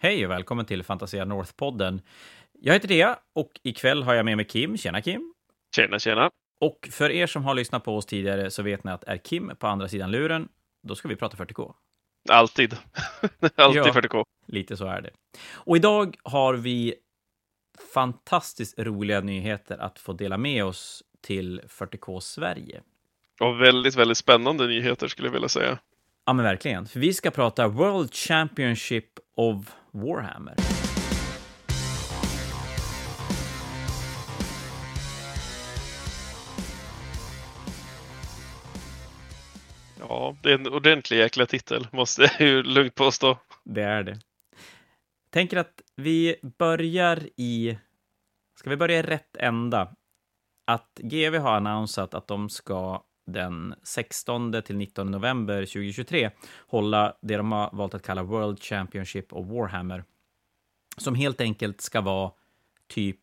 Hej och välkommen till Fantasia North-podden. Jag heter Thea och ikväll har jag med mig Kim. Tjena Kim! Tjena, tjena. Och för er som har lyssnat på oss tidigare så vet ni att är Kim på andra sidan luren, då ska vi prata 40K. Alltid. Alltid Ja. 40K. Lite så är det. Och idag har vi fantastiskt roliga nyheter att få dela med oss till 40K Sverige. Och väldigt, väldigt spännande nyheter skulle jag vilja säga. Ja, men verkligen. För vi ska prata World Championship of Warhammer. Ja, det är en ordentlig jäkla titel, måste jag ju lugnt påstå. Det är det. Tänker att vi börjar i... Ska vi börja i rätt ända? Att GW har annonsat att de ska den 16 till 19 november 2023 hålla det de har valt att kalla World Championship of Warhammer. Som helt enkelt ska vara typ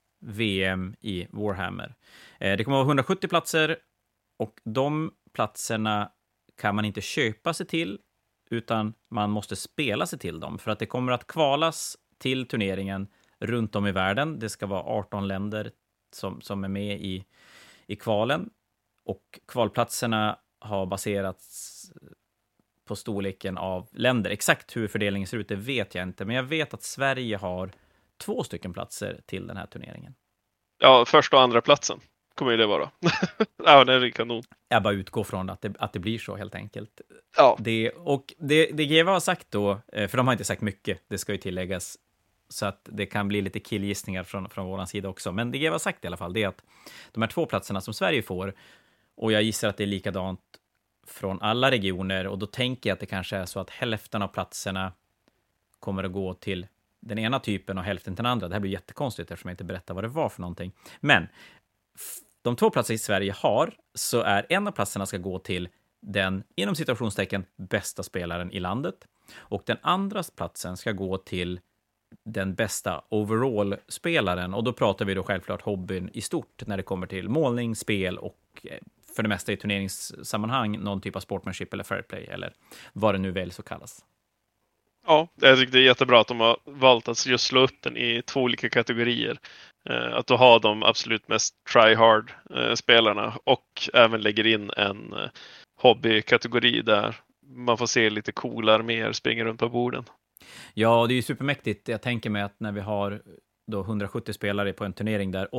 VM i Warhammer. Det kommer att vara 170 platser och de platserna kan man inte köpa sig till utan man måste spela sig till dem. För att det kommer att kvalas till turneringen runt om i världen. Det ska vara 18 länder som är med i kvalen. Och kvalplatserna har baserats på storleken av länder. Exakt hur fördelningen ser ut, det vet jag inte. Men jag vet att Sverige har 2 stycken platser till den här turneringen. Ja, första och andra platsen kommer ju det vara. Ja, det är kanon. Jag bara utgår från att det blir så helt enkelt. Ja. Det GW har sagt då, för de har inte sagt mycket, det ska ju tilläggas, så att det kan bli lite killgissningar från vår sida också. Men det GW har sagt i alla fall, det är att de här 2 platserna som Sverige får, och jag gissar att det är likadant från alla regioner, och då tänker jag att det kanske är så att hälften av platserna kommer att gå till den ena typen och hälften till den andra. Det här blir jättekonstigt eftersom jag inte berättar vad det var för någonting. Men de 2 platser i Sverige har, så är en av platserna ska gå till den, inom situationstecken, bästa spelaren i landet. Och den andra platsen ska gå till den bästa overall-spelaren. Och då pratar vi då självklart hobbyn i stort när det kommer till målning, spel och för det mesta i turneringssammanhang någon typ av sportsmanship eller fair play eller vad det nu väljs att kallas. Ja, jag tycker det är jättebra att de har valt att just slå upp den i 2 olika kategorier. Att då ha de absolut mest try-hard-spelarna och även lägger in en hobbykategori där man får se lite coola arméer springa runt på borden. Ja, det är ju supermäktigt. Jag tänker mig att när vi har då 170 spelare på en turnering där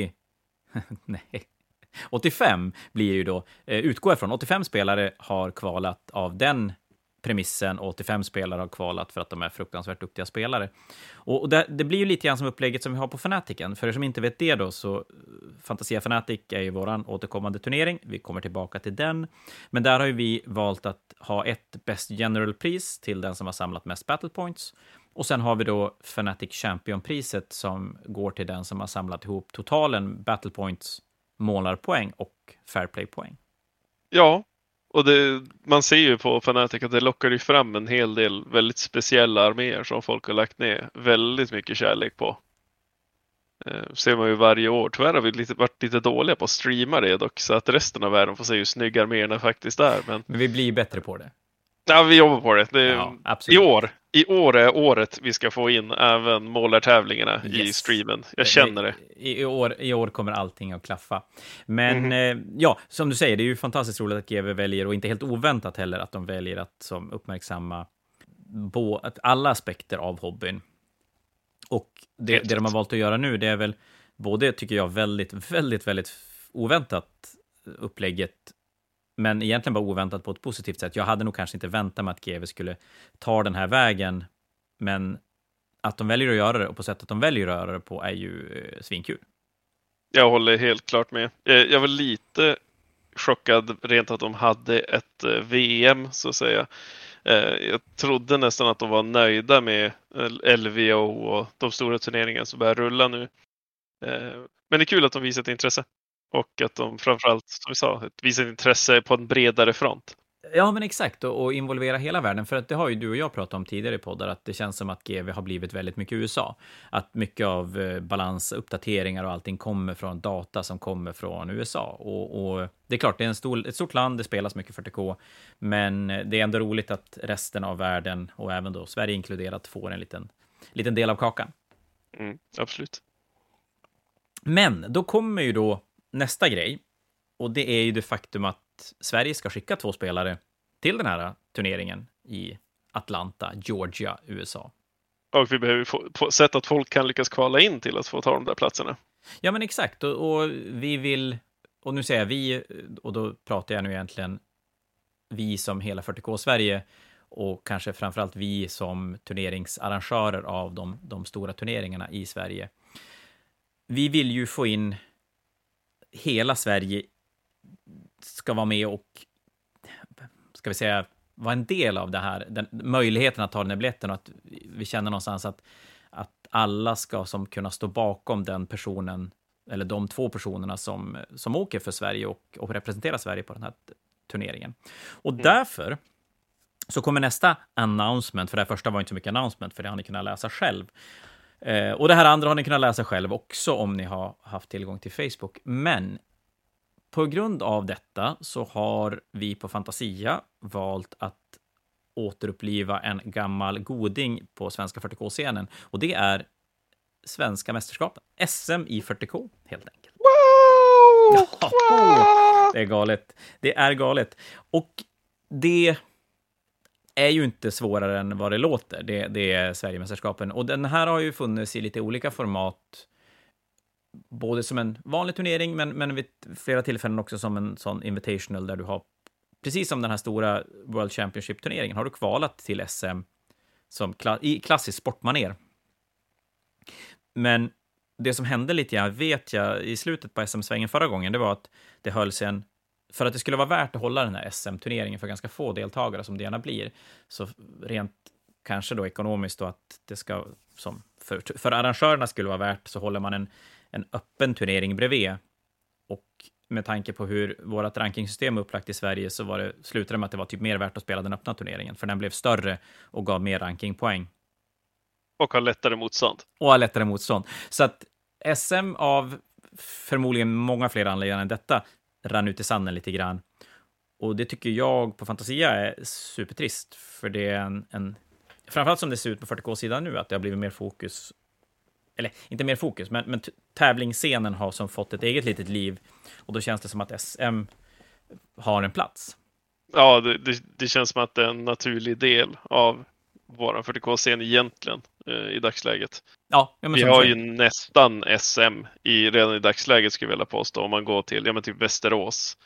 85 blir ju då, utgår ifrån, 85 spelare har kvalat av den premissen och 85 spelare har kvalat för att de är fruktansvärt duktiga spelare. Och det blir ju lite grann som upplägget som vi har på Fanatiken. För er som inte vet det då, så Fantasia Fanatic är ju våran återkommande turnering. Vi kommer tillbaka till den. Men där har ju vi valt att ha ett Best General-pris till den som har samlat mest Battle Points. Och sen har vi då Fanatic Champion-priset som går till den som har samlat ihop totalen Battle Points, målarpoäng och Fairplay-poäng. Ja. Och man ser ju på Fnatic att det lockar ju fram en hel del väldigt speciella arméer som folk har lagt ner väldigt mycket kärlek på. Ser man ju varje år. Tyvärr har vi varit lite dåliga på att streama det dock, så att resten av världen får se hur snygga arméerna faktiskt är. Men vi blir bättre på det. Ja, vi jobbar på det. Ja, absolut. I år är året vi ska få in även målartävlingarna i streamen. Jag känner det. I år kommer allting att klaffa. Men ja, som du säger, det är ju fantastiskt roligt att GW väljer, och inte helt oväntat heller, att de väljer att som uppmärksamma alla aspekter av hobbyn. Och det de har valt att göra nu, det är väl både, tycker jag, väldigt, väldigt, väldigt oväntat upplägget, men egentligen bara oväntat på ett positivt sätt. Jag hade nog kanske inte väntat mig att GW skulle ta den här vägen, men att de väljer att göra det och på sättet att de väljer att göra det på är ju svinkul. Jag håller helt klart med. Jag var lite chockad rent att de hade ett VM, så att säga. Jag trodde nästan att de var nöjda med LVO och de stora turneringarna som börjar rulla nu. Men det är kul att de visar ett intresse. Och att de framförallt, som vi sa, visar intresse på en bredare front. Ja, men exakt. Och involvera hela världen. För att det har ju du och jag pratat om tidigare i poddar, att det känns som att GV har blivit väldigt mycket USA. Att mycket av balansuppdateringar och allting kommer från data som kommer från USA. Och det är klart, det är ett stort land, det spelas mycket 40K. Men det är ändå roligt att resten av världen, och även då Sverige inkluderat, får en liten del av kakan. Absolut. Men då kommer ju då nästa grej. Och det är ju det faktum att Sverige ska skicka 2 spelare till den här turneringen i Atlanta, Georgia, USA. Och vi behöver få sätt att folk kan lyckas kvala in till att få ta de där platserna. Ja, men exakt. Och vi vill, och nu säger jag vi, och då pratar jag nu egentligen vi som hela 40K Sverige, och kanske framförallt vi som turneringsarrangörer av de stora turneringarna i Sverige. Vi vill ju få in hela Sverige ska vara med och, ska vi säga, vara en del av det här, den möjligheten att ta den här biljetten, och att vi känner någonstans att alla ska som kunna stå bakom den personen, eller de 2 personerna som åker för Sverige och representerar Sverige på den här turneringen. Och därför så kommer nästa announcement, för det här första var inte så mycket announcement, för det har ni kunnat läsa själv. Och det här andra har ni kunnat läsa själv också om ni har haft tillgång till Facebook. Men på grund av detta så har vi på Fantasia valt att återuppliva en gammal goding på svenska 40K-scenen. Och det är svenska mästerskapen. SM i 40K, helt enkelt. Wow! Ja, det är galet. Det är galet. Och det är ju inte svårare än vad det låter. Det är Sverigemästerskapen. Och den här har ju funnits i lite olika format. Både som en vanlig turnering, men vid flera tillfällen också som en sån invitational där du har, precis som den här stora World Championship-turneringen, har du kvalat till SM som i klassisk sportmaner. Men det som hände lite grann, vet jag, i slutet på SM-svängen förra gången, det var att det hölls för att det skulle vara värt att hålla den här SM-turneringen för ganska få deltagare som det gärna blir, så rent kanske då ekonomiskt då att det ska, som för arrangörerna skulle vara värt, så håller man en öppen turnering bredvid. Och med tanke på hur vårt rankingsystem är upplagt i Sverige så slutade det med att det var typ mer värt att spela den öppna turneringen, för den blev större och gav mer rankingpoäng. Och har lättare motstånd. Så att SM av förmodligen många fler anledningar än detta rann ut i sanden lite grann. Och det tycker jag på Fantasia är supertrist, för det är framförallt som det ser ut på 40K-sidan nu, att det har blivit mer fokus, eller inte mer fokus, men tävlingsscenen har som fått ett eget litet liv, och då känns det som att SM har en plats. Ja, det känns som att det är en naturlig del av våran 40K-scen egentligen i dagsläget. Ja, men vi har ju nästan SM redan i dagsläget, skulle jag vilja påstå, om man går till typ Västerås.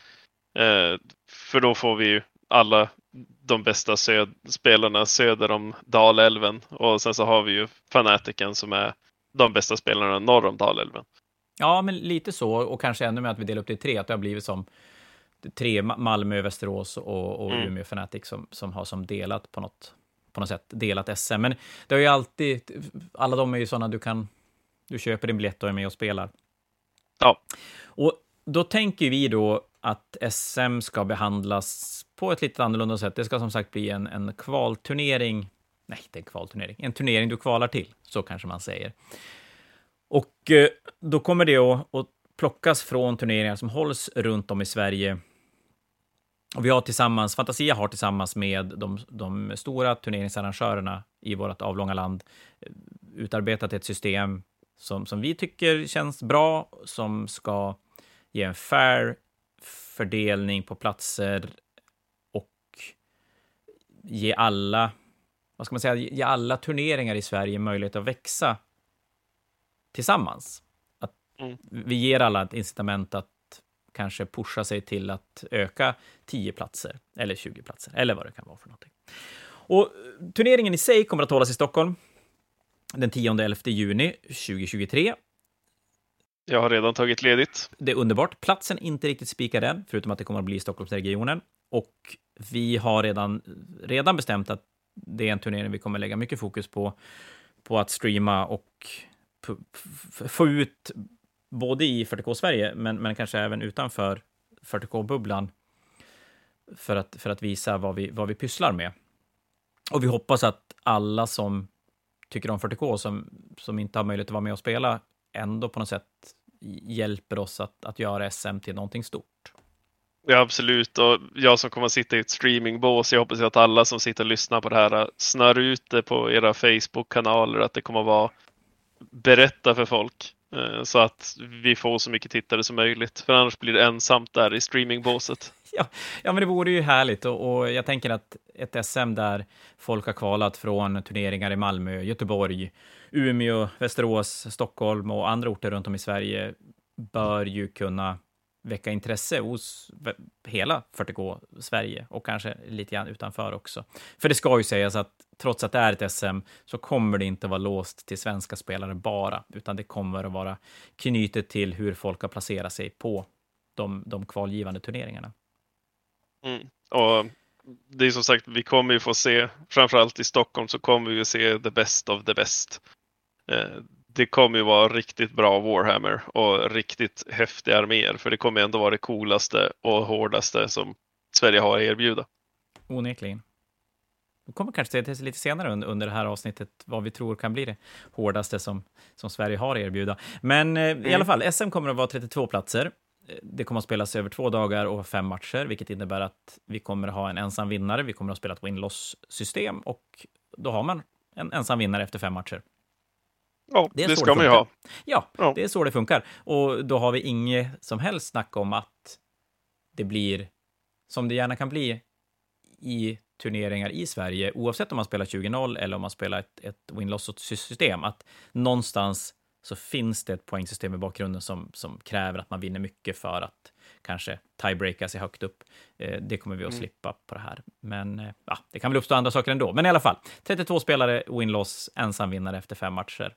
För då får vi ju alla de bästa spelarna söder om Dalälven, och sen så har vi ju Fanatiken som är de bästa spelarna norr om Dalälven. Ja, men lite så, och kanske ännu med att vi delar upp det i 3, att det har blivit som 3 Malmö, Västerås och Umeå Fanatic som har som delat på något sätt, delat SM. Men det har ju alltid, alla de är ju sådana du köper din biljett och är med och spelar. Ja. Och då tänker vi då att SM ska behandlas på ett lite annorlunda sätt. Det ska som sagt bli en kvalturnering. Nej, inte en kvalturnering. En turnering du kvalar till, så kanske man säger. Och då kommer det att plockas från turneringar som hålls runt om i Sverige. Och vi har Fantasia har tillsammans med de stora turneringsarrangörerna i vårt avlånga land utarbetat ett system som vi tycker känns bra, som ska ge en fair fördelning på platser och ge alla turneringar i Sverige möjlighet att växa tillsammans. Att vi ger alla ett incitament att kanske pusha sig till att öka 10 platser eller 20 platser eller vad det kan vara för någonting. Och turneringen i sig kommer att hållas i Stockholm den 10-11 juni 2023. Jag har redan tagit ledigt. Det är underbart. Platsen är inte riktigt spikad än, förutom att det kommer att bli i Stockholmsregionen. Och vi har redan bestämt att det är en turnering vi kommer lägga mycket fokus på att streama och få ut både i 40K Sverige, men kanske även utanför 40K-bubblan, för att visa vad vi pysslar med. Och vi hoppas att alla som tycker om 40K, som inte har möjlighet att vara med och spela, ändå på något sätt hjälper oss att göra SM till någonting stort. Ja, absolut. Och jag som kommer att sitta i ett streamingbås, jag hoppas att alla som sitter och lyssnar på det här snör ut det på era Facebook-kanaler, att det kommer att vara berätta för folk så att vi får så mycket tittare som möjligt. För annars blir det ensamt där i streamingbåset. Ja, men det vore ju härligt och jag tänker att ett SM där folk har kvalat från turneringar i Malmö, Göteborg, Umeå, Västerås, Stockholm och andra orter runt om i Sverige bör ju kunna väcka intresse hos hela 40K Sverige och kanske lite grann utanför också. För det ska ju sägas att trots att det är ett SM så kommer det inte vara låst till svenska spelare bara, utan det kommer att vara knutet till hur folk har placerat sig på de kvalgivande turneringarna. Och det är som sagt, vi kommer ju få se, framförallt i Stockholm så kommer vi se the best of the best. Det kommer ju vara riktigt bra Warhammer och riktigt häftiga arméer, för det kommer ändå vara det coolaste och hårdaste som Sverige har att erbjuda. Onekligen. Vi kommer kanske se lite senare under det här avsnittet vad vi tror kan bli det hårdaste som Sverige har att erbjuda. Men i alla fall, SM kommer att vara 32 platser. Det kommer att spelas över 2 dagar och 5 matcher, vilket innebär att vi kommer att ha en ensam vinnare. Vi kommer att spela ett win-loss-system och då har man en ensam vinnare efter 5 matcher. Ja, det ska man ju ha. Ja, det är så det funkar. Och då har vi inget som helst snack om att det blir, som det gärna kan bli i turneringar i Sverige, oavsett om man spelar 20-0 eller om man spelar ett win-loss-system, att någonstans så finns det ett poängsystem i bakgrunden som kräver att man vinner mycket för att kanske tiebreaka sig högt upp. Det kommer vi att slippa på det här. Men det kan väl uppstå andra saker ändå. Men i alla fall, 32 spelare, win-loss, ensam vinnare efter 5 matcher.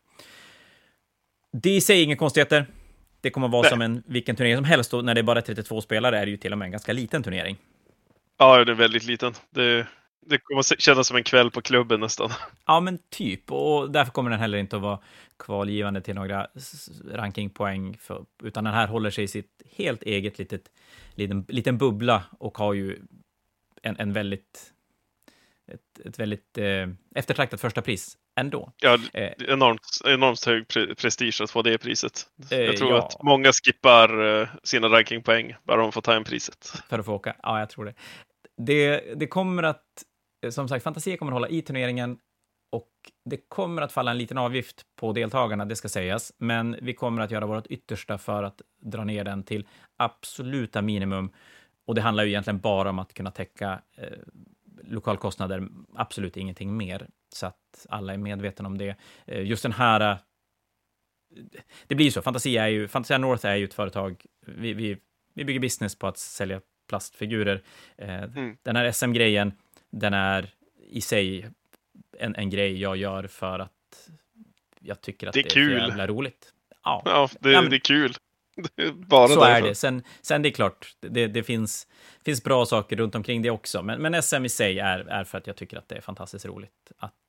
Det i sig inga konstigheter. Det kommer att vara som vilken turnering som helst. Och när det är bara 32 spelare är det ju till och med en ganska liten turnering. Ja, det är väldigt liten. Det kommer att kännas som en kväll på klubben nästan. Ja, men typ. Och därför kommer den heller inte att vara kvalgivande till några rankingpoäng. Utan den här håller sig i sitt helt eget liten bubbla och har ju ett väldigt eftertraktat första pris ändå. Ja, enormt hög prestige att få det priset. Jag tror att många skippar sina rankingpoäng bara de får ta en priset. För att få åka. Ja, jag tror det. Det kommer att, som sagt, Fantasia kommer att hålla i turneringen och det kommer att falla en liten avgift på deltagarna, det ska sägas, men vi kommer att göra vårt yttersta för att dra ner den till absoluta minimum, och det handlar ju egentligen bara om att kunna täcka lokalkostnader, absolut ingenting mer, så att alla är medvetna om det. Just den här, det blir ju så, Fantasia North är ju ett företag, vi bygger business på att sälja plastfigurer. Den här SM-grejen, den är i sig en grej jag gör för att jag tycker att det är kul. Jävla roligt. Ja, det är kul. Bara så därför. Är det. Sen det är klart, det finns bra saker runt omkring det också. Men SM i sig är för att jag tycker att det är fantastiskt roligt.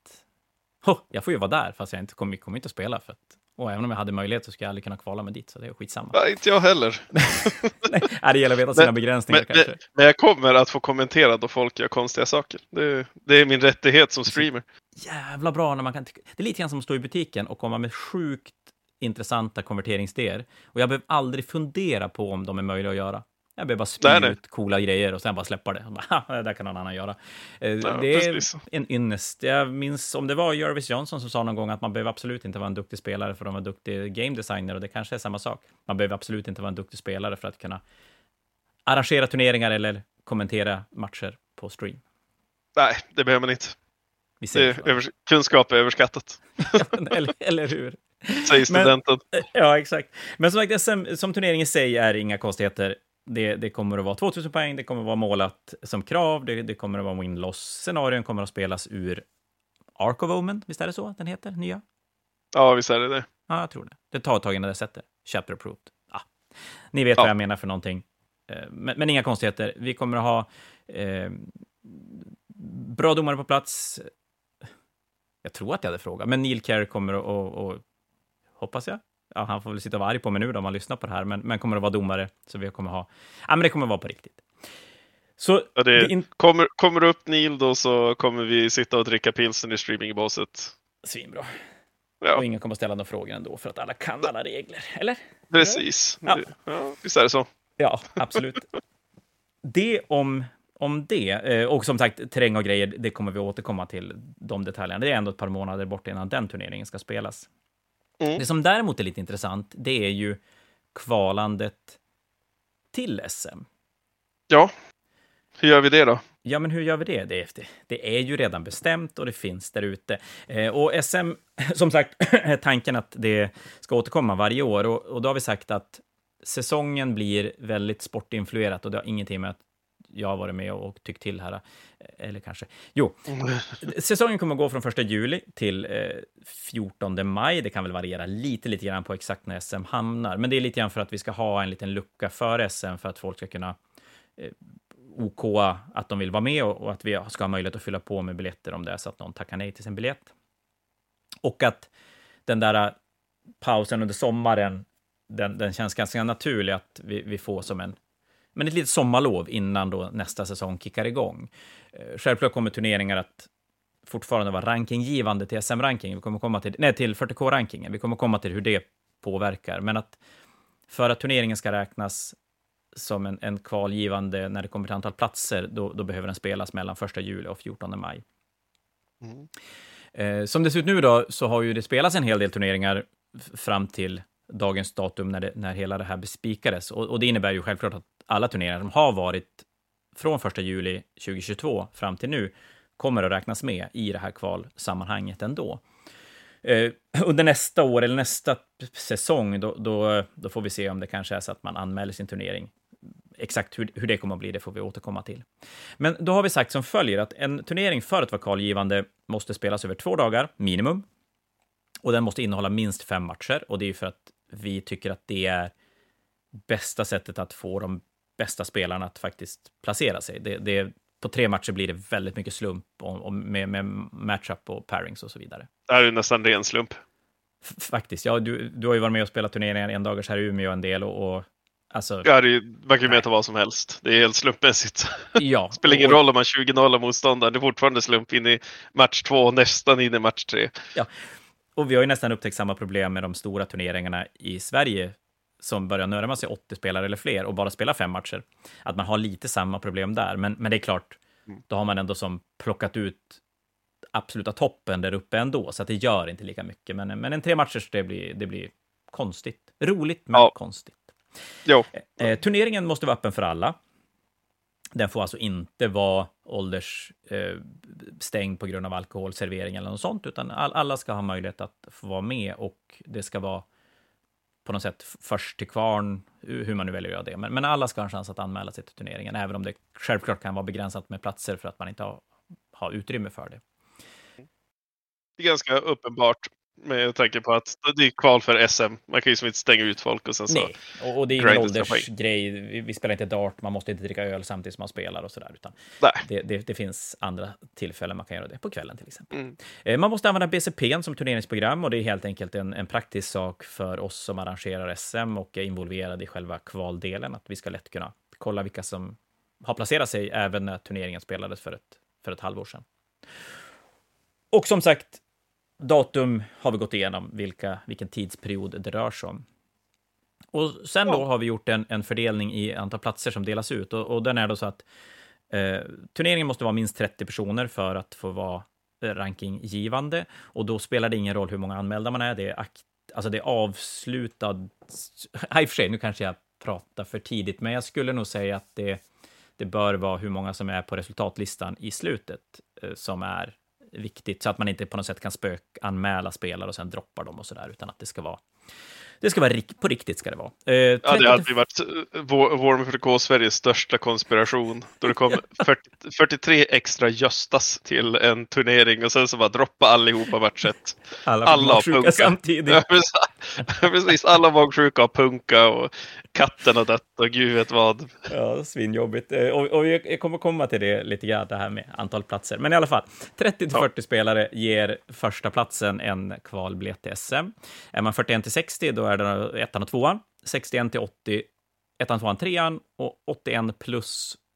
Jag får ju vara där, fast jag kommer inte att spela. Och även om jag hade möjlighet så skulle jag aldrig kunna kvala med dit, så det är skitsamma. Nej, inte jag heller. Nej, det gäller att veta sina begränsningar kanske. Men jag kommer att få kommentera då folk gör konstiga saker. Det är min rättighet som streamer. Jävla bra när man kan... Det är lite grann som att stå i butiken och komma med sjukt intressanta konverteringsidéer. Och jag behöver aldrig fundera på om de är möjliga att göra. Jag behöver bara spy ut coola grejer och sen bara släppa det. Det där kan någon annan göra. Det är en ynnest. Jag minns om det var Jervis Johnson som sa någon gång att man behöver absolut inte vara en duktig spelare för att vara en duktig game designer, och det kanske är samma sak. Man behöver absolut inte vara en duktig spelare för att kunna arrangera turneringar eller kommentera matcher på stream. Nej, det behöver man inte. Kunskap är överskattat. eller hur? Säger studenten. Ja, exakt. Men som sagt, SM som turnering i sig är inga konstigheter. Det kommer att vara 2000 poäng, det kommer att vara målat som krav, det kommer att vara win-loss-scenarion, kommer att spelas ur Ark of Omen, visst är det så den heter, nya? Ja, visst är det. Ja, jag tror det. Det tar ett tag innan det sätter. Chapter approved. Ja. Ni vet vad jag menar för någonting. Men inga konstigheter. Vi kommer att ha bra domare på plats. Jag tror att jag hade frågat, men Neil Kerr kommer att hoppas jag. Ja, han får väl sitta och vara arg på mig nu då, om man lyssnar på det här, men kommer att vara domare, så vi kommer att ha... Ja, men det kommer att vara på riktigt. Så Ja, kommer det upp Neil då, så kommer vi sitta och dricka pilsen i streamingbåset. Svinbra. Ja. Och ingen kommer ställa några frågor ändå för att alla kan alla regler, eller? Precis. Ja. Ja, visst är det så. Ja, absolut. Det om det. Och som sagt, terräng och grejer, det kommer vi återkomma till, de detaljerna. Det är ändå ett par månader bort innan den turneringen ska spelas. Det som däremot är lite intressant, det är ju kvalandet till SM. Ja, hur gör vi det då? Ja, men hur gör vi det? Det är ju redan bestämt och det finns där ute. Och SM, som sagt, är tanken att det ska återkomma varje år. Och då har vi sagt att säsongen blir väldigt sportinfluerat och det har ingenting med att jag har varit med och tyckt till här. Eller kanske. Jo, säsongen kommer att gå från 1 juli till 14 maj. Det kan väl variera lite grann på exakt när SM hamnar. Men det är lite grann för att vi ska ha en liten lucka för SM för att folk ska kunna OK att de vill vara med och att vi ska ha möjlighet att fylla på med biljetter om det är så att någon tackar nej till sin biljett. Och att den där pausen under sommaren, den känns ganska naturlig att vi får som ett litet sommarlov innan då nästa säsong kickar igång. Självklart kommer turneringar att fortfarande vara rankinggivande till SM-ranking. Vi kommer komma till 40K-rankingen. Vi kommer komma till hur det påverkar. Men att för att turneringen ska räknas som en kvalgivande när det kommer till antal platser, då behöver den spelas mellan 1 juli och 14 maj. Som det ser ut nu då, så har ju det spelats en hel del turneringar fram till dagens datum när hela det här bespikades. Och det innebär ju självklart att alla turneringar som har varit från 1 juli 2022 fram till nu kommer att räknas med i det här kvalsammanhanget ändå. Under nästa år eller nästa säsong då får vi se om det kanske är så att man anmäler sin turnering. Exakt hur det kommer att bli, det får vi återkomma till. Men då har vi sagt som följer att en turnering för att vara kvalgivande måste spelas över 2 dagar minimum. Och den måste innehålla minst 5 matcher. Och det är ju för att vi tycker att det är bästa sättet att få de bästa spelarna att faktiskt placera sig. På 3 matcher blir det väldigt mycket slump med matchup och pairings och så vidare. Det här är nästan ren slump. Faktiskt, ja. Du har ju varit med och spelat turneringar en dagars här i Umeå en del och alltså... Ja, man kan ju mäta vad som helst. Det är helt slumpmässigt. Ja. Det spelar ingen roll om man 20-0 av motståndaren. Det är fortfarande slump in i match 2, nästan in i match 3. Ja, och vi har ju nästan upptäckt samma problem med de stora turneringarna i Sverige som börjar närma sig 80 spelare eller fler och bara spelar 5 matcher. Att man har lite samma problem där. Men det är klart, då har man ändå som plockat ut absoluta toppen där uppe ändå. Så att det gör inte lika mycket. Men en 3 matchers, det blir konstigt. Roligt, men konstigt. Jo. Turneringen måste vara öppen för alla. Den får alltså inte vara åldersstängd på grund av alkoholservering eller något sånt, utan alla ska ha möjlighet att få vara med och det ska vara på något sätt först till kvarn, hur man nu väljer att göra det. Men alla ska ha en chans att anmäla sig till turneringen, även om det självklart kan vara begränsat med platser för att man inte har utrymme för det. Det är ganska uppenbart med tanke på att det är kval för SM. Man kan ju som inte stänga ut folk och sen så... Nej, och det är ingen åldersgrej. Vi spelar inte dart, man måste inte dricka öl samtidigt som man spelar och sådär, utan det finns andra tillfällen man kan göra det, på kvällen till exempel. Man måste använda BCP som turneringsprogram och det är helt enkelt en praktisk sak för oss som arrangerar SM och är involverade i själva kvaldelen, att vi ska lätt kunna kolla vilka som har placerat sig även när turneringen spelades för ett halvår sedan. Och som sagt, datum har vi gått igenom vilken tidsperiod det rör sig om. Och sen då har vi gjort en fördelning i antal platser som delas ut. Och den är då så att turneringen måste vara minst 30 personer för att få vara rankinggivande. Och då spelar det ingen roll hur många anmälda man är. Det är avslutad... I och för sig, nu kanske jag pratar för tidigt, men jag skulle nog säga att det bör vara hur många som är på resultatlistan i slutet som är viktigt, så att man inte på något sätt kan spökanmäla spelare och sen droppar dem och sådär, utan att det ska vara på riktigt ska det vara. Ja, det har alltid varit Warhammer 40K Sveriges största konspiration. Då det kom 43 extra Göstas till en turnering och sen så bara droppa allihopa match 1. Alla har punka samtidigt. Ja, precis, alla var sjuka av punka och katten och dött och gud vet vad. Ja, svinjobbigt. Och jag kommer komma till det lite grann, det här med antal platser. Men i alla fall, 30-40 spelare ger första platsen en kvalbiljett till SM. Är man 41-60, då är det 1 och 2. 61-80, 1, 2, 3 och 81 plus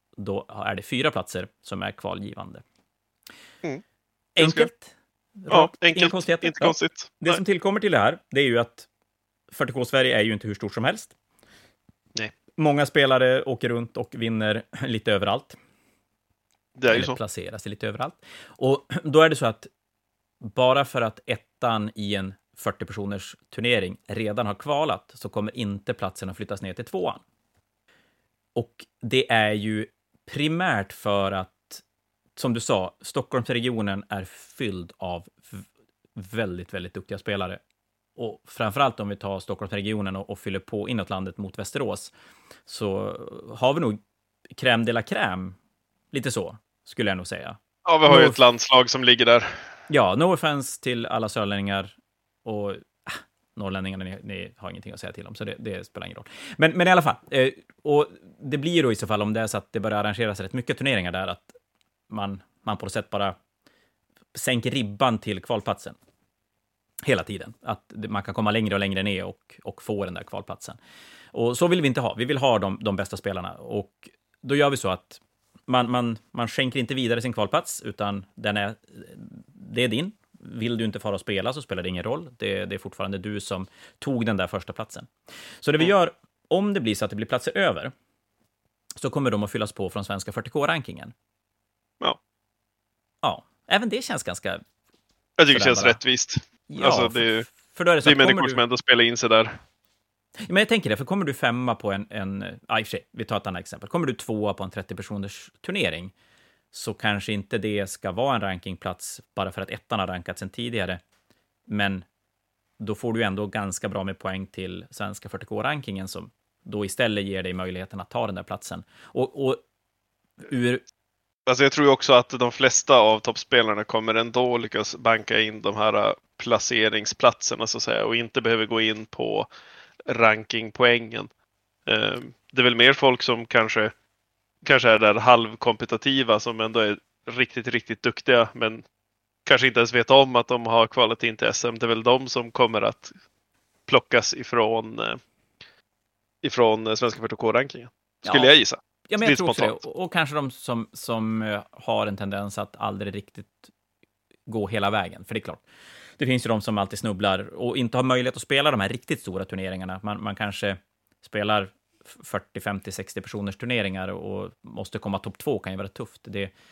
då är det 4 platser som är kvalgivande. Mm. Enkelt. Ja, enkelt. Konstigheter. Inte konstigt. Det som tillkommer till det här, det är ju att 40K Sverige är ju inte hur stort som helst. Nej. Många spelare åker runt och vinner lite överallt. Det är ju eller så. placerar sig lite överallt. Och då är det så att bara för att ettan i en 40-personers turnering redan har kvalat så kommer inte platsen att flyttas ner till 2:an. Och det är ju primärt för att, som du sa, Stockholmsregionen är fylld av väldigt, väldigt duktiga spelare. Och framförallt om vi tar Stockholmsregionen och fyller på inåt landet mot Västerås, så har vi nog crème de la crème. Lite så, skulle jag nog säga. Ja, vi har ju ett landslag som ligger där. Ja, no offense till alla sörlänningar och norrlänningarna, ni har ingenting att säga till om, så det spelar ingen roll. Men i alla fall, och det blir då i så fall, om det är så att det börjar arrangeras rätt mycket turneringar där, att man på något sätt bara sänker ribban till kvalplatsen hela tiden. Att man kan komma längre och längre ner och få den där kvalplatsen. Och så vill vi inte ha. Vi vill ha de bästa spelarna. Och då gör vi så att man skänker inte vidare sin kvalplats, utan det är din. Vill du inte fara och spela så spelar det ingen roll. Det är fortfarande du som tog den där första platsen. Så det vi gör, om det blir så att det blir platser över, så kommer de att fyllas på från svenska 40K-rankingen. Ja. Ja, även det känns ganska... Jag tycker det känns rättvist. Ja, alltså, det för då är det så är att människor som ändå spelar in sig där. Men jag tänker det, för kommer du 5 på i och för sig, vi tar ett annat exempel. Kommer du 2 på en 30-personers turnering, så kanske inte det ska vara en rankingplats bara för att ettan har rankats sen tidigare. Men då får du ändå ganska bra med poäng till svenska 40K-rankingen, som då istället ger dig möjligheten att ta den där platsen. Alltså jag tror också att de flesta av toppspelarna kommer ändå lyckas banka in de här placeringsplatserna, så att säga, och inte behöver gå in på rankingpoängen. Det är väl mer folk som kanske är där halvkompetitiva, som ändå är riktigt, riktigt duktiga, men kanske inte ens vet om att de har kvalat in till SM. Det är väl de som kommer att plockas ifrån svenska 40K-rankingen. Skulle jag gissa. Ja, men jag tror också det. Och kanske de som har en tendens att aldrig riktigt gå hela vägen. För det är klart, det finns ju de som alltid snubblar och inte har möjlighet att spela de här riktigt stora turneringarna. Man kanske spelar 40, 50, 60 personers turneringar och måste komma topp 2, kan ju vara tufft.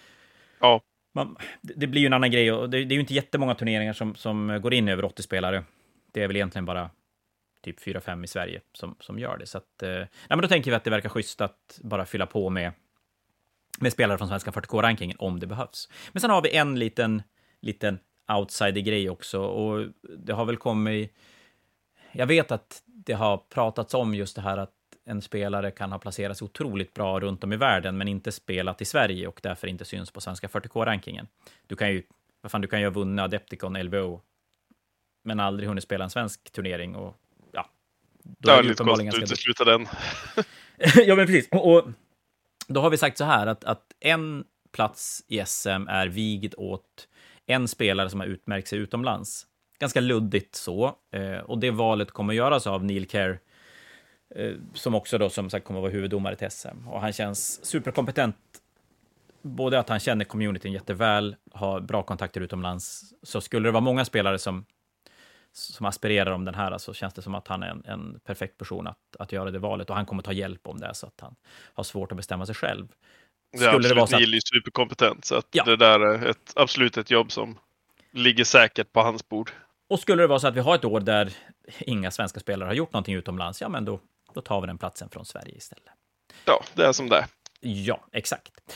Det blir ju en annan grej, och det är ju inte jättemånga turneringar som går in över 80 spelare. Det är väl egentligen bara typ 4-5 i Sverige som gör det. Så att, men då tänker vi att det verkar schysst att bara fylla på med spelare från svenska 40K-rankingen om det behövs. Men sen har vi en liten outsider-grej också, och det har väl kommit... Jag vet att det har pratats om just det här att en spelare kan ha placerats otroligt bra runt om i världen, men inte spelat i Sverige och därför inte syns på svenska 40K-rankingen. Du kan ju ha vunnit Adepticon, LVO, men aldrig hunnit spela en svensk turnering, och då är det uppenbarligen ganska utesluta den. Ja, men precis. Och då har vi sagt så här att en plats i SM är vigd åt en spelare som har utmärkt sig utomlands. Ganska luddigt så. Och det valet kommer att göras av Neil Kerr, som också då som sagt kommer att vara huvuddomare till SM. Och han känns superkompetent. Både att han känner communityn jätteväl, har bra kontakter utomlands. Så skulle det vara många spelare som aspirerar om den här, så känns det som att han är en perfekt person att göra det valet. Och han kommer ta hjälp om det, så att han har svårt att bestämma sig själv. Neil är superkompetent, så att det där är absolut ett jobb som ligger säkert på hans bord. Och skulle det vara så att vi har ett år där inga svenska spelare har gjort någonting utomlands, ja, men då tar vi den platsen från Sverige istället. Ja, det är som det är. Ja, exakt.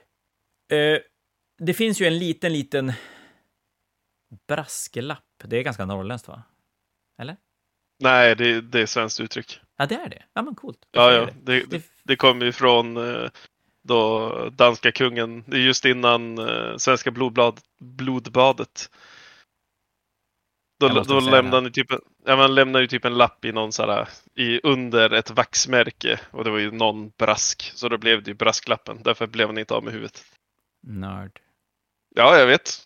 Det finns ju en liten brasklapp. Det är ganska norrländskt, va? Eller? Nej, det är svenskt uttryck. Ja, det är det. Ja, men coolt. Det kommer ju från då danska kungen. Det är just innan svenska blodbadet. Då lämnar ju typ en lapp i någon under ett vaxmärke, och det var ju någon brask, så då blev det ju brasklappen. Därför blev han inte av med huvudet. Nörd. Ja, jag vet.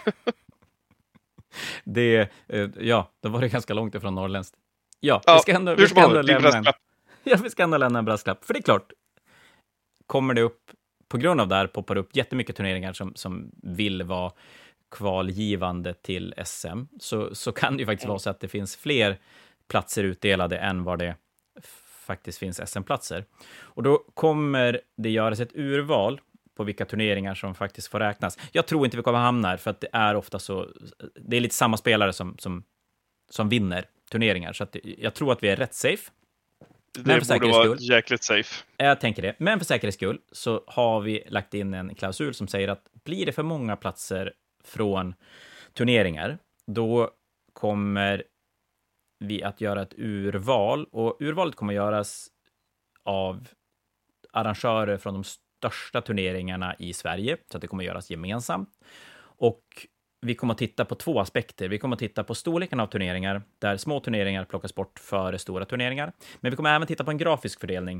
Då var det ganska långt ifrån norrländskt. Vi ska ändå lämna en brasklapp. För det är klart, kommer det upp, på grund av det här poppar upp jättemycket turneringar som vill vara kvalgivande till SM, så kan det ju faktiskt vara så att det finns fler platser utdelade än vad det faktiskt finns SM-platser. Och då kommer det göras ett urval på vilka turneringar som faktiskt får räknas. Jag tror inte vi kommer hamna här, för att det är ofta så, det är lite samma spelare som vinner turneringar, så att jag tror att vi är rätt safe. Det borde vara jäkligt safe. Jag tänker det. Men för säkerhets skull så har vi lagt in en klausul som säger att blir det för många platser från turneringar, då kommer vi att göra ett urval, och urvalet kommer att göras av arrangörer från de största turneringarna i Sverige, så att det kommer att göras gemensamt. Och vi kommer att titta på 2 aspekter. Vi kommer att titta på storleken av turneringar, där små turneringar plockas bort före stora turneringar. Men vi kommer även titta på en grafisk fördelning.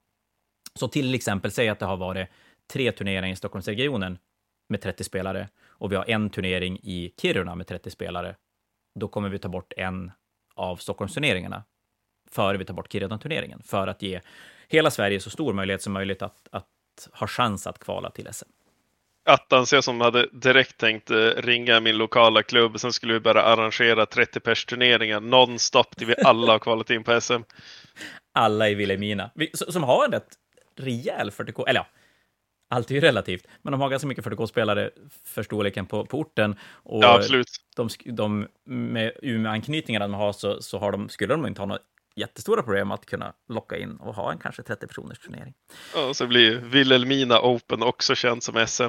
Så till exempel, säg att det har varit 3 turneringar i Stockholmsregionen med 30 spelare, och vi har en turnering i Kiruna med 30 spelare. Då kommer vi ta bort en av Stockholmsturneringarna före vi tar bort Kiruna-turneringen, för att ge hela Sverige så stor möjlighet som möjligt att ha chans att kvala till SM. Attans, jag som hade direkt tänkt ringa min lokala klubb, sen skulle vi bara arrangera 30-pers turneringar nonstop till vi alla har kvalat in på SM. Alla i Vilhelmina, som har en rätt rejäl 40K, eller ja, allt är ju relativt, men de har ganska mycket 40K-spelare för storleken på orten. Och ja, absolut. De med Umeå-anknytningarna de har, så har skulle de inte ha några jättestora problem att kunna locka in och ha en kanske 30-personers turnering. Ja, så blir Vilhelmina Open också känt som SM.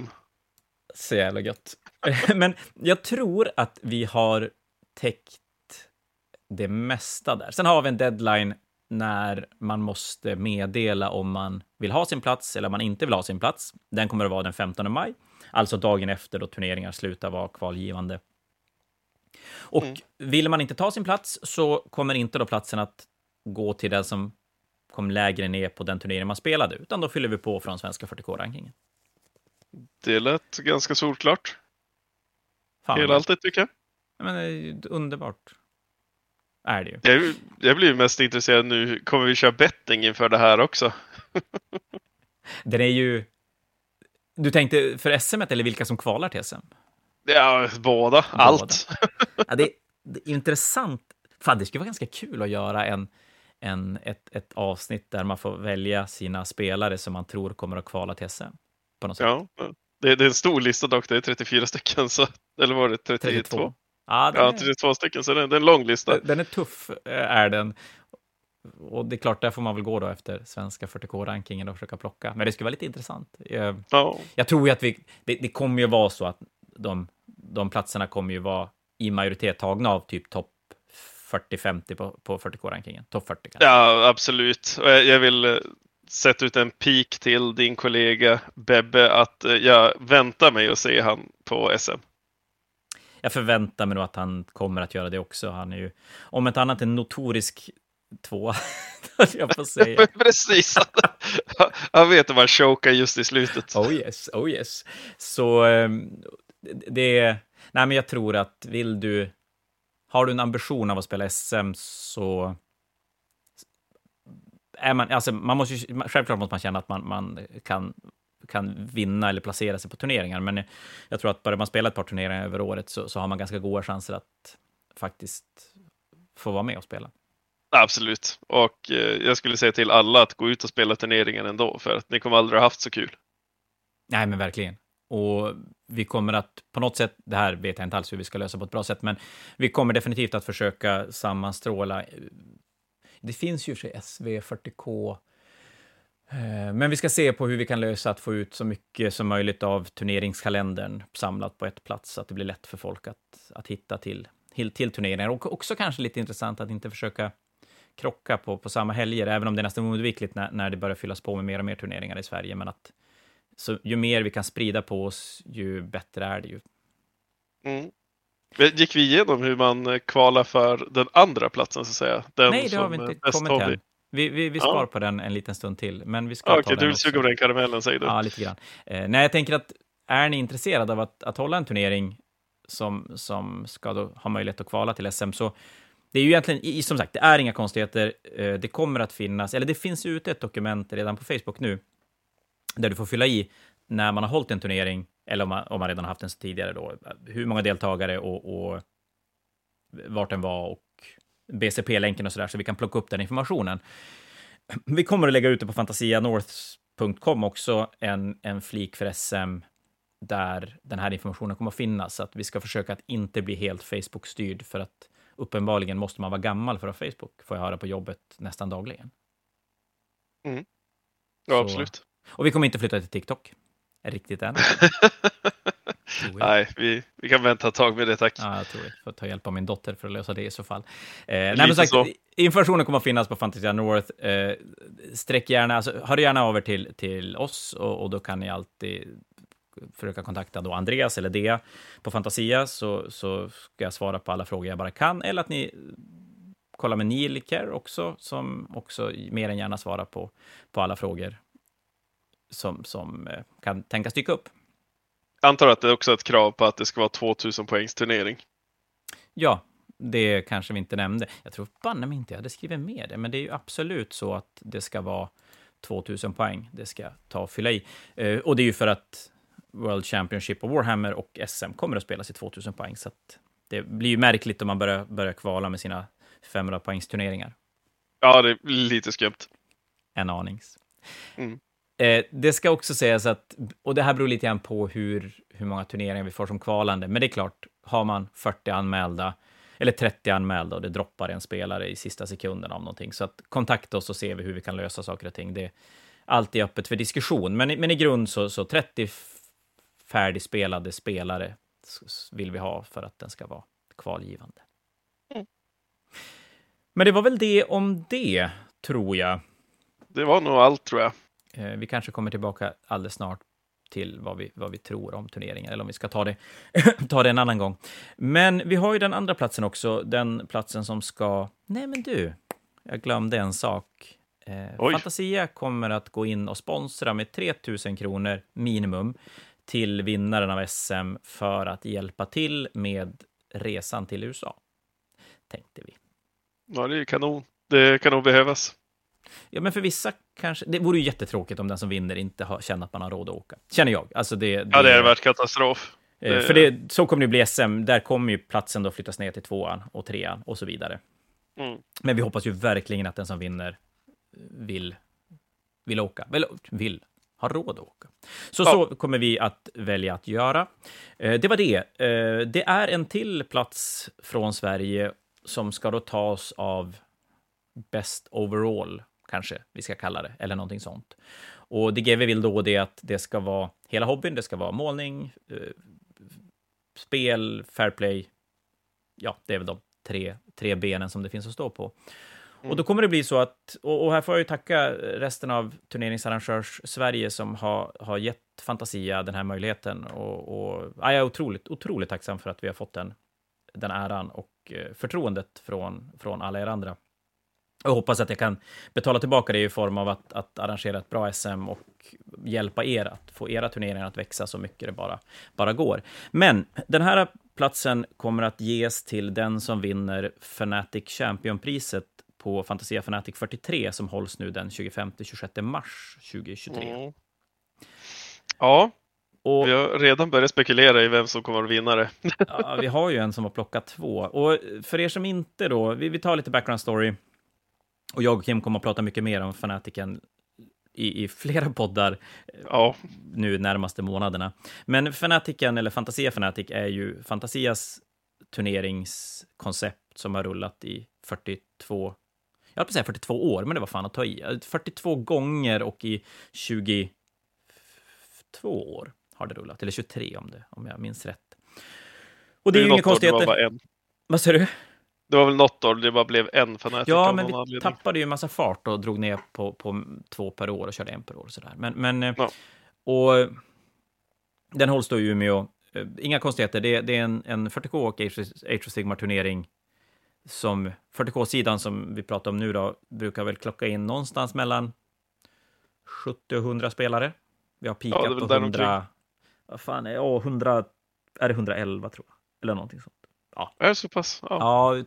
Så jävla gött. Men jag tror att vi har täckt det mesta där. Sen har vi en deadline när man måste meddela om man vill ha sin plats eller om man inte vill ha sin plats. Den kommer att vara den 15 maj, alltså dagen efter då turneringar slutar vara kvalgivande. Och vill man inte ta sin plats, så kommer inte då platsen att gå till den som kom lägre ner på den turnering man spelade, utan då fyller vi på från svenska 40K-rankingen. Det lät ganska solklart. Fan, hela alltid tycker jag. Men det är underbart. Är det ju. Jag blir mest intresserad nu. Kommer vi köra betting inför det här också? Den är ju... Du tänkte för SM eller vilka som kvalar till SM? Ja, båda. Allt. Ja, det är intressant. Fan, det skulle vara ganska kul att göra ett avsnitt där man får välja sina spelare som man tror kommer att kvala till SM. På något sätt. Ja, det är en stor lista dock. Det är 34 stycken. Så, eller var det 32? Ja, 32 stycken. Så det är en lång lista. Den är tuff, är den. Och det är klart, där får man väl gå då efter svenska 40K-rankingen och försöka plocka. Men det skulle vara lite intressant. Jag tror ju att det kommer ju vara så att de platserna kommer ju vara i majoritet tagna av typ topp 40-50 på 40K-rankingen. Topp 40 kanske. Ja, absolut. Och jag vill sätta ut en pik till din kollega Bebbe att jag väntar mig att se han på SM. Jag förväntar mig nog att han kommer att göra det också. Han är ju, om ett annat, en notorisk tvåa, jag får säga. Precis. Han vet att man chokar just i slutet. Oh yes. Så det... Nej, men jag tror att har du en ambition av att spela SM, så är man... Alltså, självklart måste man känna att man kan vinna eller placera sig på turneringar, men jag tror att börjar man spela ett par turneringar över året, så har man ganska goda chanser att faktiskt få vara med och spela. Absolut, och jag skulle säga till alla att gå ut och spela turneringen ändå, för att ni kommer aldrig ha haft så kul. Nej, men verkligen. Och vi kommer att, på något sätt, det här vet jag inte alls hur vi ska lösa på ett bra sätt, men vi kommer definitivt att försöka sammanstråla. Det finns ju för SV40K, men vi ska se på hur vi kan lösa att få ut så mycket som möjligt av turneringskalendern samlat på ett plats, så att det blir lätt för folk att hitta till turneringar. Och också kanske lite intressant att inte försöka krocka på samma helger, även om det är nästan oundvikligt när det börjar fyllas på med mer och mer turneringar i Sverige. Men att så ju mer vi kan sprida på oss, ju bättre är det ju. Gick vi igenom hur man kvalar för den andra platsen, så att säga? Nej, det har vi inte kommit än. Vi spar på den en liten stund till, men vi ska ta den. Du vill suga på den karamellen, säger du? Ja, lite grann. Nej, jag tänker att är ni intresserade av att hålla en turnering som ska då ha möjlighet att kvala till SM, så det är ju egentligen, som sagt, det är inga konstigheter. Det kommer att finnas, eller det finns ute ett dokument redan på Facebook nu, där du får fylla i när man har hållit en turnering, eller om man redan har haft den tidigare då, hur många deltagare och vart den var och BCP-länken och sådär, så vi kan plocka upp den informationen. Vi kommer att lägga ut det på fantasianorth.com också, en flik för SM där den här informationen kommer att finnas, så att vi ska försöka att inte bli helt Facebook-styrd, för att uppenbarligen måste man vara gammal för att ha Facebook, får jag höra på jobbet nästan dagligen. Mm. Ja, absolut. Och vi kommer inte flytta till TikTok. Riktigt än. Nej, vi kan vänta ett tag med det, tack. Ja, jag tror det. Får ta hjälp av min dotter för att lösa det i så fall. Nej, men sagt, informationen kommer att finnas på Fantasia North. Sträck gärna, alltså, hör gärna över till oss, och då kan ni alltid försöka kontakta då Andreas eller Dea på Fantasia, så ska jag svara på alla frågor jag bara kan, eller att ni kollar med Neil Kerr också, som också mer än gärna svarar på alla frågor som kan tänkas dyka upp. Jag antar att det är också ett krav på att det ska vara 2000 poängs turnering. Ja, det kanske vi inte nämnde. Jag tror banne mig inte jag hade skrivit med det, men det är ju absolut så att det ska vara 2000 poäng. Det ska ta och fylla i. Och det är ju för att World Championship och Warhammer och SM kommer att spelas i 2000 poäng, så att det blir ju märkligt om man börjar kvala med sina 500 poängs turneringar. Ja, det är lite skumt. En anings. Mm. Det ska också sägas att, och det här beror lite grann på hur många turneringar vi får som kvalande, men det är klart, har man 40 anmälda, eller 30 anmälda, och det droppar en spelare i sista sekunden av någonting, så att kontakta oss och se hur vi kan lösa saker och ting. Det är alltid öppet för diskussion, men i grund så 30 färdigspelade spelare vill vi ha för att den ska vara kvalgivande. Mm. Men det var väl det om det, tror jag. Det var nog allt, tror jag. Vi kanske kommer tillbaka alldeles snart till vad vi tror om turneringen, eller om vi ska ta det en annan gång. Men vi har ju den andra platsen också, den platsen som ska... Nej, men du, jag glömde en sak. Fantasia kommer att gå in och sponsra med 3000 kronor minimum till vinnaren av SM för att hjälpa till med resan till USA, tänkte vi. Ja, det är kanon. Det kan nog behövas. Ja, men för vissa kanske... Det vore ju jättetråkigt om den som vinner inte känner att man har råd att åka. Känner jag. Alltså ja, det är varit katastrof. För så kommer det bli SM. Där kommer ju platsen då flyttas ner till 2:an och 3:an och så vidare. Mm. Men vi hoppas ju verkligen att den som vinner vill åka. Eller vill ha råd att åka. Så kommer vi att välja att göra. Det var det. Det är en till plats från Sverige som ska då tas av Best Overall, kanske vi ska kalla det, eller någonting sånt. Och det GW vill då det att det ska vara hela hobbyn, det ska vara målning, spel, fair play. Ja, det är väl de tre benen som det finns att stå på. Och då kommer det bli så att, och här får jag ju tacka resten av turneringsarrangörs Sverige som har gett Fantasia den här möjligheten. Och jag är otroligt tacksam för att vi har fått den äran och förtroendet från alla er andra. Jag hoppas att jag kan betala tillbaka det i form av att arrangera ett bra SM och hjälpa er att få era turneringar att växa så mycket det bara går. Men den här platsen kommer att ges till den som vinner Fnatic Champion-priset på Fantasia Fnatic 43 som hålls nu den 25-26 mars 2023. Mm. Ja, och vi har redan börjat spekulera i vem som kommer att vinna det. Ja, vi har ju en som har plockat 2. Och för er som inte då, vi tar lite background story. Och jag och Kim kommer att prata mycket mer om Fnaticen i flera poddar nu närmaste månaderna. Men Fnaticen, eller Fantasia Fnatic, är ju Fantasias turneringskoncept som har rullat i 42 år, men det var fan att ta i. 42 gånger och i 22 år har det rullat, eller 23 om jag minns rätt. Och det är ju inga konstigheter. Det var bara en. Vad säger du? Det var väl något år det bara blev en Fnatic. Ja, men vi tappade ju en massa fart och drog ner på 2 per år och körde 1 per år. Och sådär. Och den hålls då i Umeå. Inga konstigheter. Det är en 40K och Age of Sigmar-turnering som 40K-sidan som vi pratar om nu då brukar väl klocka in någonstans mellan 70 och 100 spelare. Vi har pikat på 100... Vad fan är 100... Är det 111 tror jag? Eller någonting sånt. Ja, är det så pass? Ja,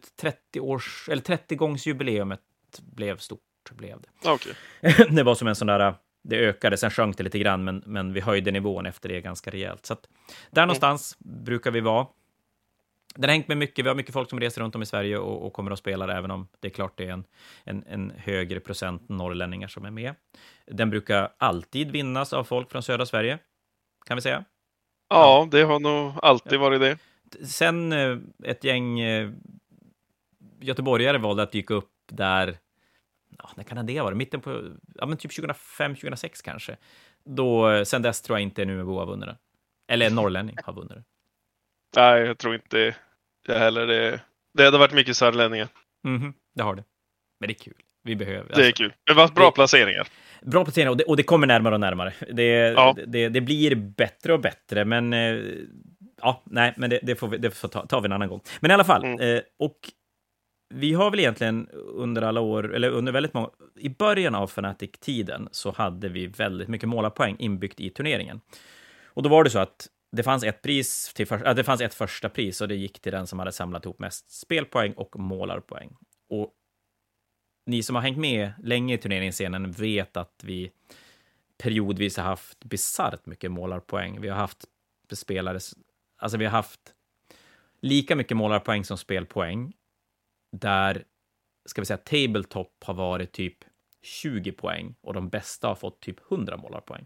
30-gångsjubileumet blev stort, blev det. Okay. Det var som en sån där det ökade, sen sjönk det lite grann, men vi höjde nivån efter det ganska rejält. Så att där någonstans brukar vi vara. Den har hängt med mycket, vi har mycket folk som reser runt om i Sverige och kommer att spela, även om det är klart det är en högre procent norrlänningar som är med. Den brukar alltid vinnas av folk från södra Sverige, kan vi säga. Ja, det har nog alltid varit det. Sen ett gäng göteborgare valde att dyka upp där, när kan det vara? Mitten på, men typ 2005-2006 kanske. Då, sen dess tror jag inte Umeå har vunnit den. Eller en norrlänning har vunnit den. Nej, jag tror inte det heller. Det hade varit mycket sörlänningar. Det har det. Men det är kul. Vi behöver. Det är kul. Det var bra placeringar. Bra placeringar, och det kommer närmare och närmare. Det blir bättre och bättre, men men det får ta vi en annan gång. Men i alla fall, och vi har väl egentligen under alla år, eller under väldigt många, i början av Fnatic-tiden så hade vi väldigt mycket målarpoäng inbyggt i turneringen. Och då var det så att det fanns det fanns ett första pris, och det gick till den som hade samlat ihop mest spelpoäng och målarpoäng. Och ni som har hängt med länge i turneringsscenen vet att vi periodvis har haft bisarrt mycket målarpoäng. Vi har haft vi har haft lika mycket målarpoäng som spelpoäng, där, ska vi säga, tabletop har varit typ 20 poäng och de bästa har fått typ 100 målarpoäng.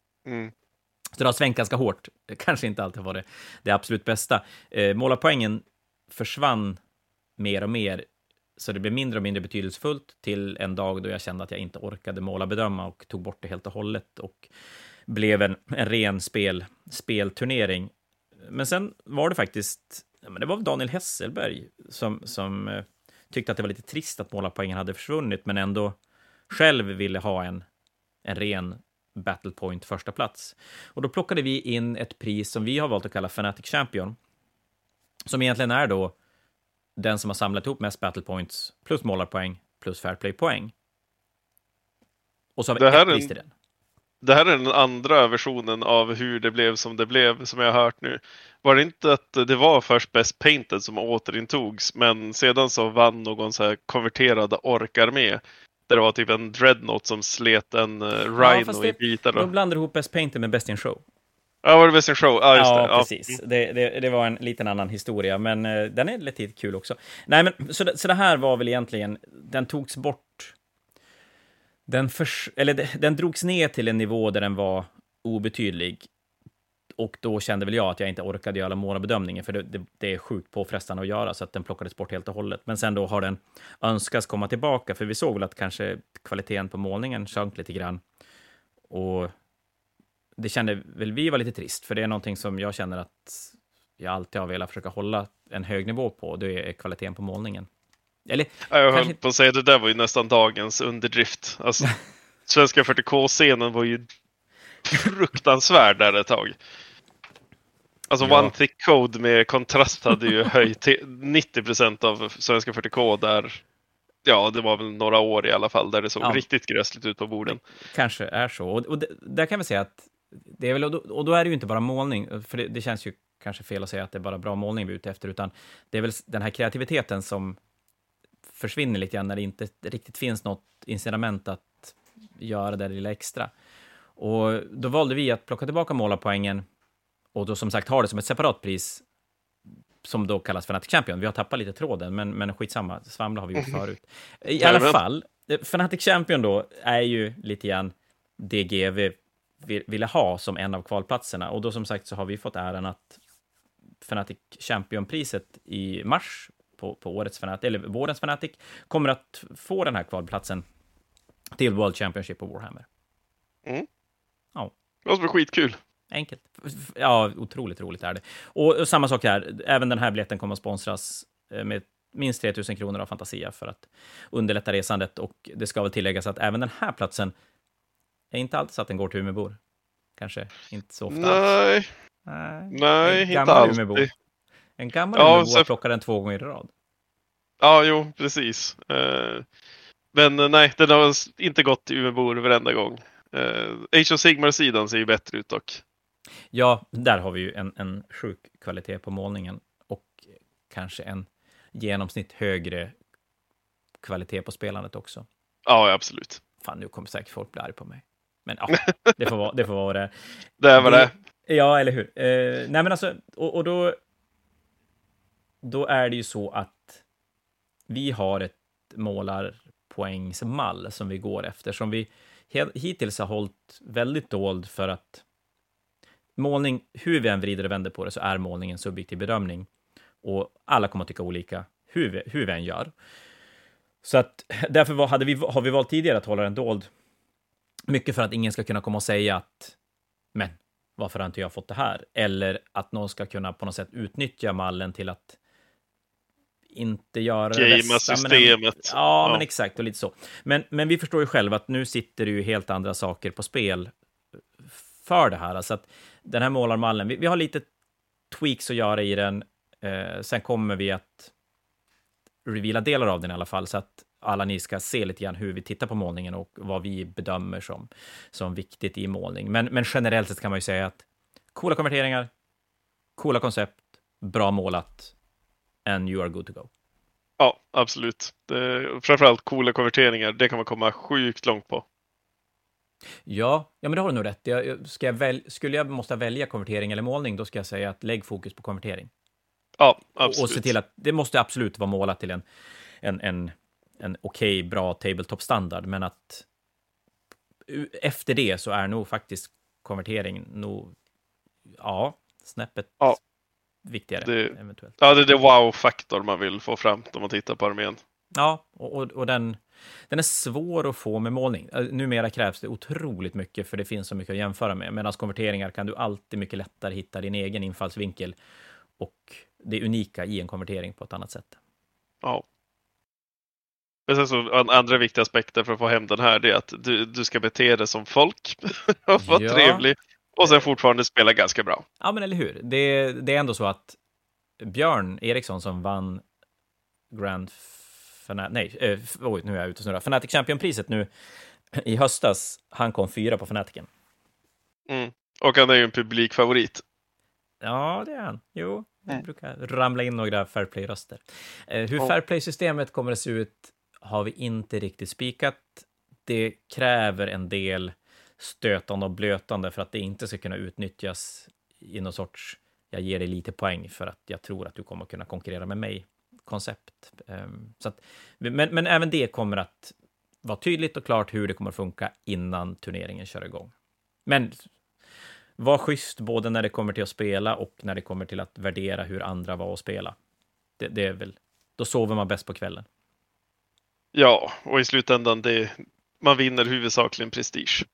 Så det har svängt ganska hårt. Det kanske inte alltid var det absolut bästa. Målarpoängen försvann mer och mer, så det blev mindre och mindre betydelsefullt, till en dag då jag kände att jag inte orkade målarbedöma och tog bort det helt och hållet och blev en ren spelturnering. Men sen var det faktiskt, det var Daniel Hesselberg som tyckte att det var lite trist att målarpoängen hade försvunnit, men ändå själv ville ha en ren Battle Point första plats. Och då plockade vi in ett pris som vi har valt att kalla Fnatic Champion, som egentligen är då den som har samlat ihop mest Battle Points plus målarpoäng plus Fairplay-poäng. Och så har vi ett pris till den. Det här är den andra versionen av hur det blev, som jag har hört nu. Var det inte att det var först Best Painted som återintogs, men sedan så vann någon så här konverterad orkarmé, där det var typ en Dreadnought som slet en Rhino i bitar. De blandade ihop Best Painted med Best in Show. Ja, var det Best in Show? Ja, just det. Precis. Det var en liten annan historia, men den är lite kul också. Nej, men så det här var väl egentligen, den togs bort. Den drogs ner till en nivå där den var obetydlig. Och då kände väl jag att jag inte orkade göra målarbedömningen, för det är sjukt påfrestande att göra, så att den plockades bort helt och hållet. Men sen då har den önskats komma tillbaka, för vi såg väl att kanske kvaliteten på målningen sjönk lite grann. Och det kände väl vi var lite trist, för det är någonting som jag känner att jag alltid har velat försöka hålla en hög nivå på, det är kvaliteten på målningen. Eller, jag höll på att säga, det där var ju nästan dagens underdrift. Alltså, svenska 40K-scenen var ju fruktansvärd där ett tag. Alltså One Thick Code med kontrast hade ju höjt till 90% av svenska 40K där. Ja, det var väl några år i alla fall där det såg riktigt gräsligt ut på borden. Kanske är så. Och där kan vi säga att det är väl, och då är det ju inte bara målning, för det känns ju kanske fel att säga att det är bara bra målning vi är ute efter, utan det är väl den här kreativiteten som försvinner lite grann när det inte riktigt finns något incitament att göra det lilla extra. Och då valde vi att plocka tillbaka målarpoängen och då som sagt har det som ett separat pris som då kallas Fnatic Champion. Vi har tappat lite tråden, men skitsamma, svamla har vi gjort förut. I alla fall, Fnatic Champion då är ju lite grann det GV ville ha som en av kvalplatserna. Och då som sagt så har vi fått äran att Fnatic Champion-priset i mars på årets Fnatic, eller vårens Fnatic, kommer att få den här kvalplatsen till World Championship på Warhammer. Ja. Det var skitkul. Enkelt. Ja, otroligt roligt är det. Och samma sak här, även den här biljetten kommer att sponsras med minst 3 000 kronor av Fantasia för att underlätta resandet, och det ska väl tilläggas att även den här platsen är inte alltid så att den går till Umeåbor. Kanske inte så ofta. Nej, inte alltid. En gammal Umeåbor plockar den 2 gånger i rad. Ja, jo, precis. Men nej, den har inte gått till Umeåbor varenda gång. Age of Sigmar-sidan ser ju bättre ut dock. Ja, där har vi ju en sjuk kvalitet på målningen och kanske en genomsnitt högre kvalitet på spelandet också. Ja, absolut. Fan, nu kommer säkert folk bli arg på mig. Men ja, det får vara det. Det var det. Ja, eller hur? Nej, men alltså, och då är det ju så att vi har ett målarpoängsmall som vi går efter, som vi hittills har hållit väldigt dold, för att målning, hur vi än vrider och vänder på det, så är målning en subjektiv bedömning. Och alla kommer att tycka olika hur vi än gör. Så att därför har vi valt tidigare att hålla den dold. Mycket för att ingen ska kunna komma och säga att men varför har inte jag fått det här? Eller att någon ska kunna på något sätt utnyttja mallen till att inte göra det bästa. Systemet. Ja, men exakt, och lite så. Men vi förstår ju själva att nu sitter det ju helt andra saker på spel för det här. Alltså att den här målarmallen, vi har lite tweaks att göra i den. Sen kommer vi att reveala delar av den i alla fall, så att alla ni ska se lite grann hur vi tittar på målningen och vad vi bedömer som viktigt i målning. Men generellt sett kan man ju säga att coola konverteringar, coola koncept, bra målat, and you are good to go. Ja, absolut. Framförallt coola konverteringar, det kan man komma sjukt långt på. Ja, men det har du nog rätt. Skulle jag måste välja konvertering eller målning, då ska jag säga att lägg fokus på konvertering. Ja, absolut. Och se till att det måste absolut vara målat till en okej, bra tabletop-standard, men att efter det så är nog faktiskt konvertering nog, snäppet viktigare. Eventuellt. Ja, det är det wow-faktor man vill få fram när man tittar på armén. Ja, och den är svår att få med målning. Numera krävs det otroligt mycket, för det finns så mycket att jämföra med. Medan konverteringar kan du alltid mycket lättare hitta din egen infallsvinkel och det unika i en konvertering på ett annat sätt. Ja. Men sen så andra viktiga aspekter för att få hem den här, det är att du ska bete dig som folk och vara trevlig och sen fortfarande spela ganska bra. Ja, men eller hur? Det är ändå så att Björn Eriksson, som vann nu är jag ute och snurrar. Fnatic Champion-priset nu i höstas, han kom 4 på Fnaticen. Och han är ju en publikfavorit. Ja, det är han. Jo, det brukar ramla in några Fairplay-röster. Hur Fairplay-systemet kommer att se ut har vi inte riktigt spikat. Det kräver en del stötande och blötande för att det inte ska kunna utnyttjas i någon sorts jag ger dig lite poäng för att jag tror att du kommer att kunna konkurrera med mig koncept. Så att, men även det kommer att vara tydligt och klart hur det kommer att funka innan turneringen kör igång. Men var schysst både när det kommer till att spela och när det kommer till att värdera hur andra var att spela. Det är väl, då sover man bäst på kvällen. Ja, och i slutändan man vinner huvudsakligen prestige.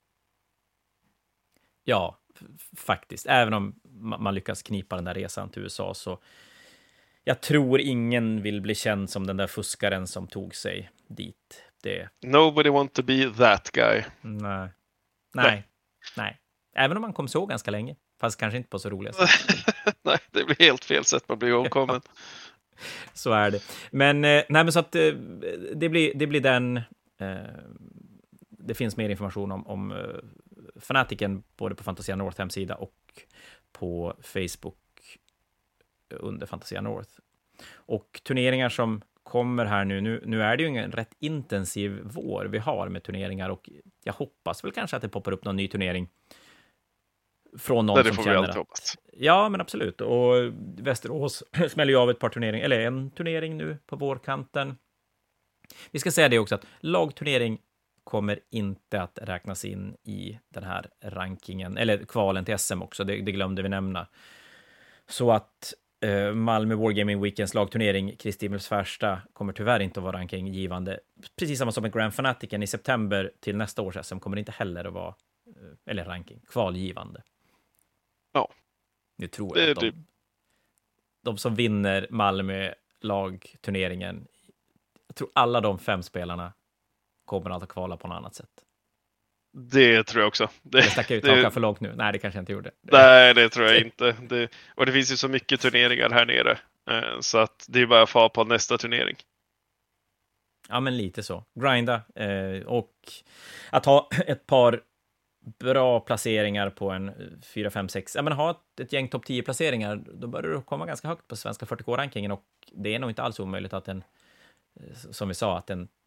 Ja, faktiskt. Även om man lyckas knipa den där resan till USA, så jag tror ingen vill bli känd som den där fuskaren som tog sig dit. Nobody want to be that guy. Nej. Även om man kom så ganska länge. Fast kanske inte på så roliga sätt. Nej, det blir helt fel sätt man blir omkommen. Så är det. Men så att det blir den... det finns mer information om Fnaticen både på Fantasia North hemsida och på Facebook under Fantasia North. Och turneringar som kommer här nu är det ju en rätt intensiv vår vi har med turneringar, och jag hoppas väl kanske att det poppar upp någon ny turnering från någon som känner att... Ja, men absolut. Och Västerås smäller ju av ett par turneringar, eller en turnering nu på vårkanten. Vi ska säga det också att lagturnering kommer inte att räknas in i den här rankingen, eller kvalen till SM också, det glömde vi nämna. Så att Malmö Wargaming Weekends lagturnering, Kristi Himmelsfärsta, kommer tyvärr inte att vara rankinggivande. Precis samma som med Grand Fanaticen i september till nästa års SM kommer inte heller att vara, eller ranking, kvalgivande. Ja. Nu tror jag att de som vinner Malmö lagturneringen, jag tror alla de 5 spelarna kommer att kvala på något annat sätt. Det tror jag också. Jag stack ut hakan för långt nu. Nej, det kanske jag inte gjorde. Nej, det tror jag inte. Och det finns ju så mycket turneringar här nere. Så att det är bara att få på nästa turnering. Ja, men lite så. Grinda. Och att ha ett par bra placeringar på en 4, 5, 6. Ja, men ha ett gäng topp 10-placeringar, då börjar du komma ganska högt på svenska 40K-rankingen. Och det är nog inte alls omöjligt att som vi sa, att en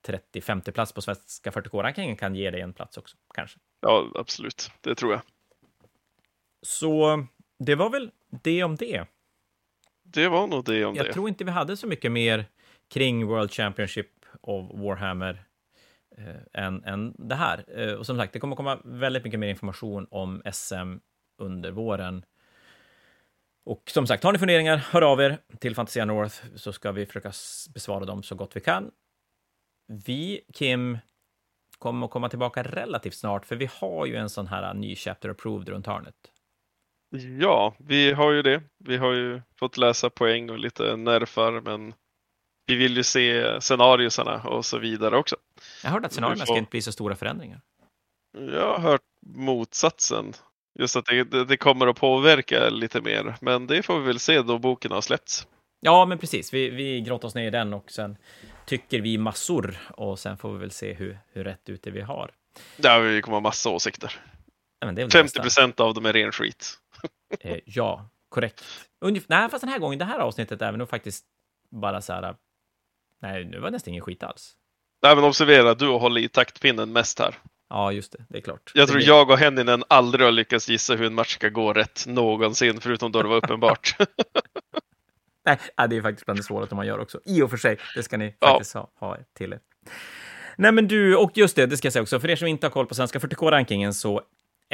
30-50 plats på svenska 40K-rankingen kan ge dig en plats också, kanske. Ja, absolut. Det tror jag. Så det var väl det om det. Det var nog det om det. Jag tror inte vi hade så mycket mer kring World Championship of Warhammer än det här. Och som sagt, det kommer komma väldigt mycket mer information om SM under våren. Och som sagt, har ni funderingar, hör av er till Fantasia North så ska vi försöka besvara dem så gott vi kan. Vi, Kim, kommer att komma tillbaka relativt snart, för vi har ju en sån här ny Chapter Approved runt hörnet. Ja, vi har ju det. Vi har ju fått läsa poäng och lite nerfar, men vi vill ju se scenariosarna och så vidare också. Jag hörde att scenarierna ska inte bli så stora förändringar. Jag har hört motsatsen. Just att det kommer att påverka lite mer. Men det får vi väl se då boken har släppts. Ja, men precis. Vi grottar oss ner i den och sen tycker vi massor. Och sen får vi väl se hur rätt ute vi har. Ja, vi kommer ha massa åsikter. Ja, men det är väl 50% av dem är ren skit. Ja, korrekt. Nej, fast den här gången, det här avsnittet är nog faktiskt bara så här... Nej, nu var det nästan ingen skit alls. Nej, men observera, du håller i taktpinnen mest här. Ja, just det. Det är klart. Jag tror jag och Henninen aldrig har lyckats gissa hur en match ska gå rätt någonsin, förutom då det var uppenbart. Nej, det är faktiskt bland det svåraste man gör också. I och för sig, det ska ni faktiskt ha till er. Nej, men du, och just det ska jag säga också, för er som inte har koll på svenska 40K-rankingen så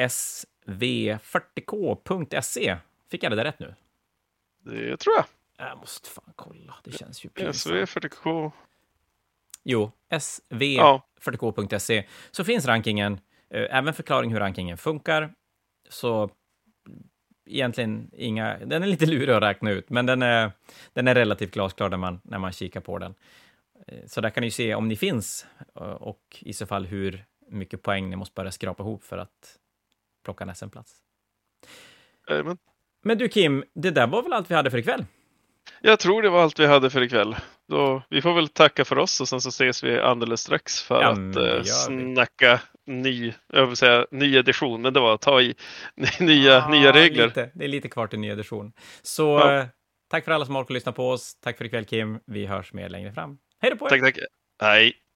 sv40k.se. Fick jag det där rätt nu? Det tror jag. Jag måste fan kolla, det känns ju pinsamt. SV40K. Jo, sv40k.se. Så finns rankingen, även förklaring hur rankingen funkar. Så egentligen den är lite lurig att räkna ut, men den är relativt glasklar när man kikar på den. Så där kan ni se om ni finns och i så fall hur mycket poäng ni måste börja skrapa ihop för att plocka en SM-plats. Men du Kim, det där var väl allt vi hade för ikväll? Jag tror det var allt vi hade för ikväll. Vi får väl tacka för oss och sen så ses vi alldeles strax för att snacka ny edition. Men det var att ta i nya regler. Det är lite kvar till ny edition. Så tack för alla som har lyssnat på oss. Tack för ikväll Kim. Vi hörs mer längre fram. Hej då på er! Tack. Hej!